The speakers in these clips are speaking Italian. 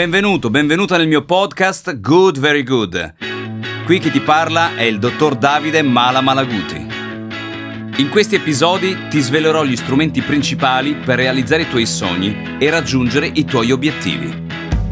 Benvenuto nel mio podcast Good Very Good. Qui chi ti parla è il dottor Davide Mala Malaguti. In questi episodi ti svelerò gli strumenti principali per realizzare i tuoi sogni e raggiungere i tuoi obiettivi.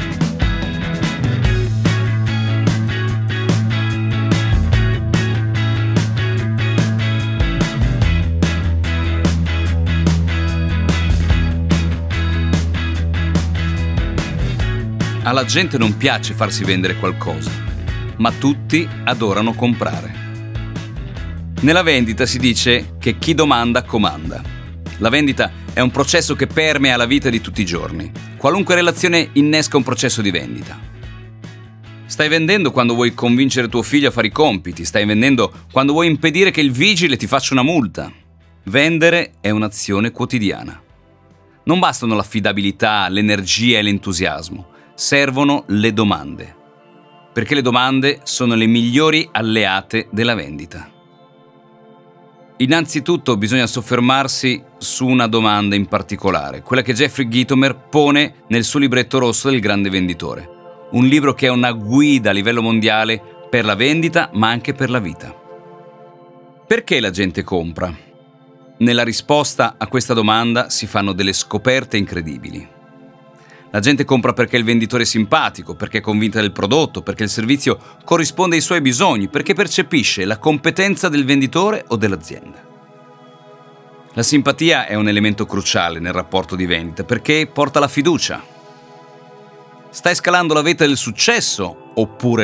Alla gente non piace farsi vendere qualcosa, ma tutti adorano comprare. Nella vendita si dice che chi domanda comanda. La vendita è un processo che permea la vita di tutti i giorni. Qualunque relazione innesca un processo di vendita. Stai vendendo quando vuoi convincere tuo figlio a fare i compiti, stai vendendo quando vuoi impedire che il vigile ti faccia una multa. Vendere è un'azione quotidiana. Non bastano l'affidabilità, l'energia e l'entusiasmo. Servono le domande, perché le domande sono le migliori alleate della vendita. Innanzitutto bisogna soffermarsi su una domanda in particolare, quella che Jeffrey Gitomer pone nel suo libretto rosso del grande venditore, un libro che è una guida a livello mondiale per la vendita ma anche per la vita. Perché la gente compra? Nella risposta a questa domanda si fanno delle scoperte incredibili. La gente compra perché il venditore è simpatico, perché è convinta del prodotto, perché il servizio corrisponde ai suoi bisogni, perché percepisce la competenza del venditore o dell'azienda. La simpatia è un elemento cruciale nel rapporto di vendita perché porta la fiducia. Stai scalando la vetta del successo oppure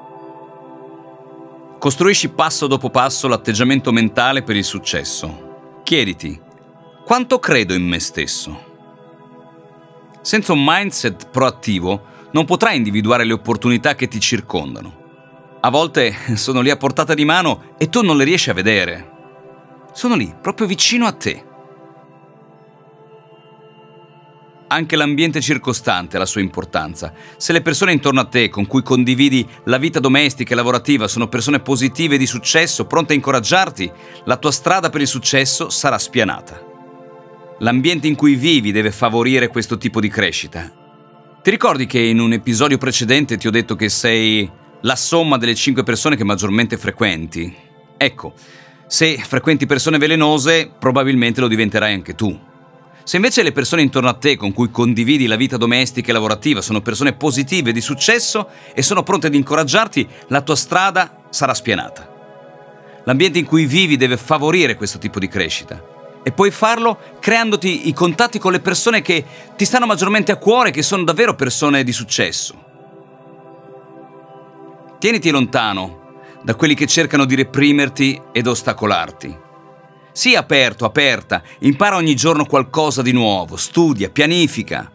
no? Costruisci passo dopo passo l'atteggiamento mentale per il successo. Chiediti, quanto credo in me stesso? Senza un mindset proattivo non potrai individuare le opportunità che ti circondano. A volte sono lì a portata di mano e tu non le riesci a vedere. Sono lì, proprio vicino a te. Anche l'ambiente circostante ha la sua importanza. Se le persone intorno a te con cui condividi la vita domestica e lavorativa sono persone positive e di successo, pronte a incoraggiarti, la tua strada per il successo sarà spianata. L'ambiente in cui vivi deve favorire questo tipo di crescita. Ti ricordi che in un episodio precedente ti ho detto che sei la somma delle 5 persone che maggiormente frequenti? Ecco, se frequenti persone velenose, probabilmente lo diventerai anche tu. Se invece le persone intorno a te con cui condividi la vita domestica e lavorativa sono persone positive e di successo e sono pronte ad incoraggiarti, la tua strada sarà spianata. L'ambiente in cui vivi deve favorire questo tipo di crescita. E puoi farlo creandoti i contatti con le persone che ti stanno maggiormente a cuore, che sono davvero persone di successo. Tieniti lontano da quelli che cercano di reprimerti ed ostacolarti. Sii aperto, aperta, impara ogni giorno qualcosa di nuovo, studia, pianifica.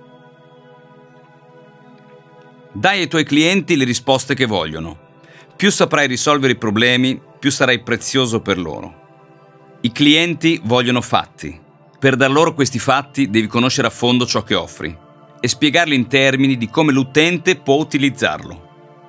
Dai ai tuoi clienti le risposte che vogliono. Più saprai risolvere i problemi, più sarai prezioso per loro. I clienti vogliono fatti. Per dar loro questi fatti devi conoscere a fondo ciò che offri e spiegarli in termini di come l'utente può utilizzarlo.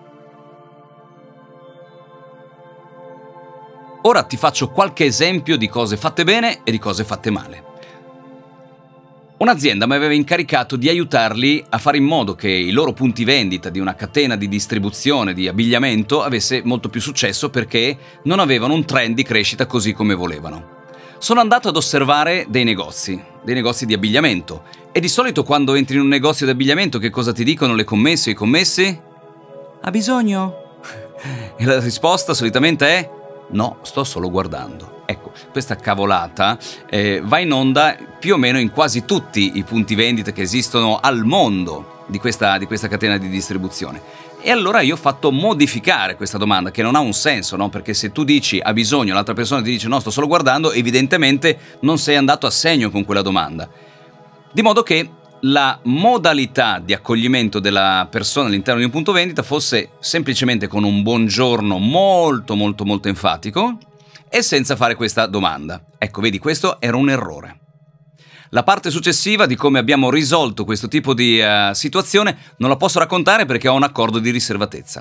Ora ti faccio qualche esempio di cose fatte bene e di cose fatte male. Un'azienda mi aveva incaricato di aiutarli a fare in modo che i loro punti vendita di una catena di distribuzione di abbigliamento avesse molto più successo perché non avevano un trend di crescita così come volevano. Sono andato ad osservare dei negozi di abbigliamento e di solito quando entri in un negozio di abbigliamento che cosa ti dicono le commesse o i commessi? Ha bisogno? E la risposta solitamente è no, sto solo guardando. Ecco, questa cavolata va in onda più o meno in quasi tutti i punti vendita che esistono al mondo di questa catena di distribuzione. E allora io ho fatto modificare questa domanda, che non ha un senso, no? Perché se tu dici ha bisogno, l'altra persona ti dice no, sto solo guardando, evidentemente non sei andato a segno con quella domanda. Di modo che la modalità di accoglimento della persona all'interno di un punto vendita fosse semplicemente con un buongiorno molto molto molto enfatico e senza fare questa domanda. Ecco, vedi, questo era un errore. La parte successiva di come abbiamo risolto questo tipo di situazione non la posso raccontare perché ho un accordo di riservatezza.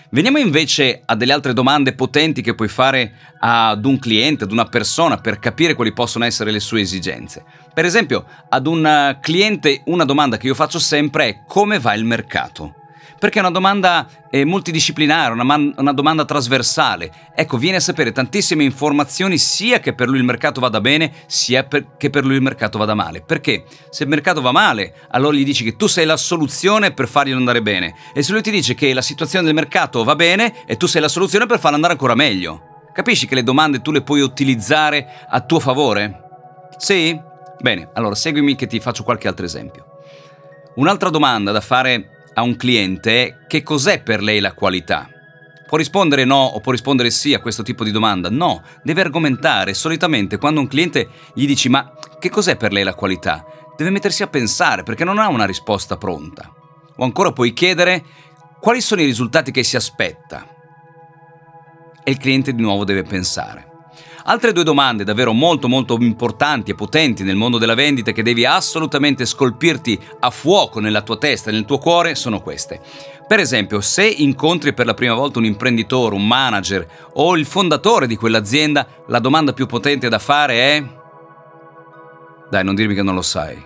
Veniamo invece a delle altre domande potenti che puoi fare ad un cliente, ad una persona, per capire quali possono essere le sue esigenze. Per esempio, ad un cliente una domanda che io faccio sempre è: come va il mercato? Perché è una domanda multidisciplinare, una domanda trasversale. Ecco, viene a sapere tantissime informazioni, sia che per lui il mercato vada bene, sia che per lui il mercato vada male. Perché se il mercato va male, allora gli dici che tu sei la soluzione per farglielo andare bene. E se lui ti dice che la situazione del mercato va bene, e tu sei la soluzione per farlo andare ancora meglio. Capisci che le domande tu le puoi utilizzare a tuo favore? Sì? Bene, allora seguimi che ti faccio qualche altro esempio. Un'altra domanda da fare a un cliente è: che cos'è per lei la qualità? Può rispondere no o può rispondere sì a questo tipo di domanda? No, deve argomentare. Solitamente quando un cliente gli dici: ma che cos'è per lei la qualità? Deve mettersi a pensare, perché non ha una risposta pronta. O ancora puoi chiedere: quali sono i risultati che si aspetta? E il cliente di nuovo deve pensare. Altre due domande davvero molto importanti e potenti nel mondo della vendita, che devi assolutamente scolpirti a fuoco nella tua testa e nel tuo cuore, sono queste. Per esempio, se incontri per la prima volta un imprenditore, un manager o il fondatore di quell'azienda, la domanda più potente da fare è: dai, non dirmi che non lo sai.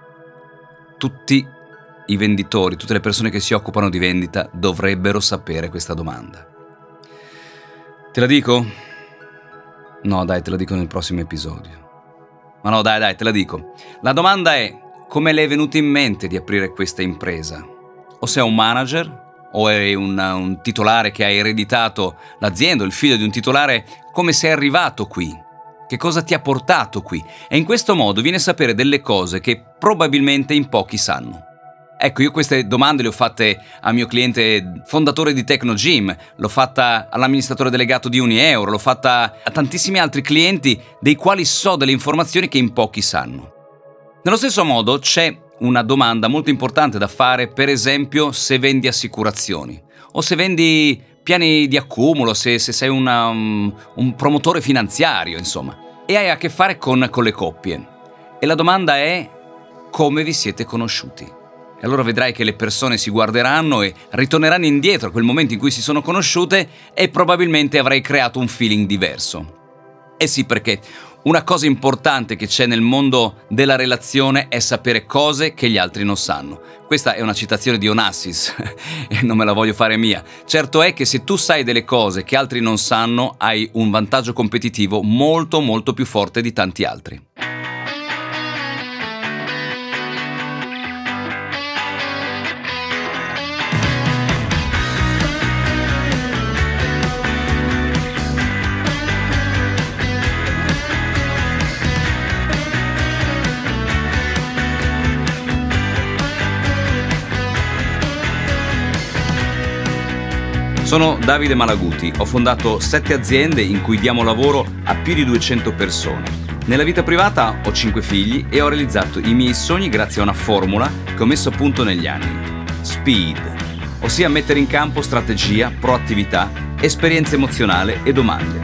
Tutti i venditori, tutte le persone che si occupano di vendita dovrebbero sapere questa domanda. Te la dico? No, dai, te la dico nel prossimo episodio. Ma no, dai, te la dico. La domanda è: come le è venuto in mente di aprire questa impresa? O sei un manager, o è un titolare che ha ereditato l'azienda, o il figlio di un titolare, come sei arrivato qui? Che cosa ti ha portato qui? E in questo modo vieni a sapere delle cose che probabilmente in pochi sanno. Ecco, io queste domande le ho fatte al mio cliente fondatore di Tecnogym, l'ho fatta all'amministratore delegato di Unieuro, l'ho fatta a tantissimi altri clienti dei quali so delle informazioni che in pochi sanno. Nello stesso modo c'è una domanda molto importante da fare, per esempio, se vendi assicurazioni o se vendi piani di accumulo, se sei un promotore finanziario, insomma, e hai a che fare con le coppie. E la domanda è: come vi siete conosciuti? E allora vedrai che le persone si guarderanno e ritorneranno indietro a quel momento in cui si sono conosciute, e probabilmente avrai creato un feeling diverso. Eh sì, perché una cosa importante che c'è nel mondo della relazione è sapere cose che gli altri non sanno. Questa è una citazione di Onassis e non me la voglio fare mia. Certo è che se tu sai delle cose che altri non sanno, hai un vantaggio competitivo molto più forte di tanti altri. Sono Davide Malaguti, ho fondato 7 aziende in cui diamo lavoro a più di 200 persone. Nella vita privata ho 5 figli e ho realizzato i miei sogni grazie a una formula che ho messo a punto negli anni. Speed, ossia mettere in campo strategia, proattività, esperienza emozionale e domande.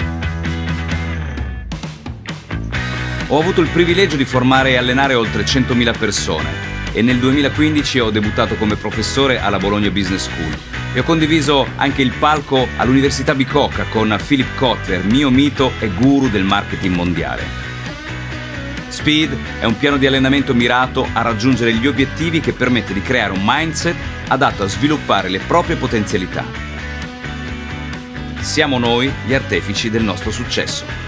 Ho avuto il privilegio di formare e allenare oltre 100.000 persone e nel 2015 ho debuttato come professore alla Bologna Business School. E ho condiviso anche il palco all'Università Bicocca con Philip Kotler, mio mito e guru del marketing mondiale. Speed è un piano di allenamento mirato a raggiungere gli obiettivi che permette di creare un mindset adatto a sviluppare le proprie potenzialità. Siamo noi gli artefici del nostro successo.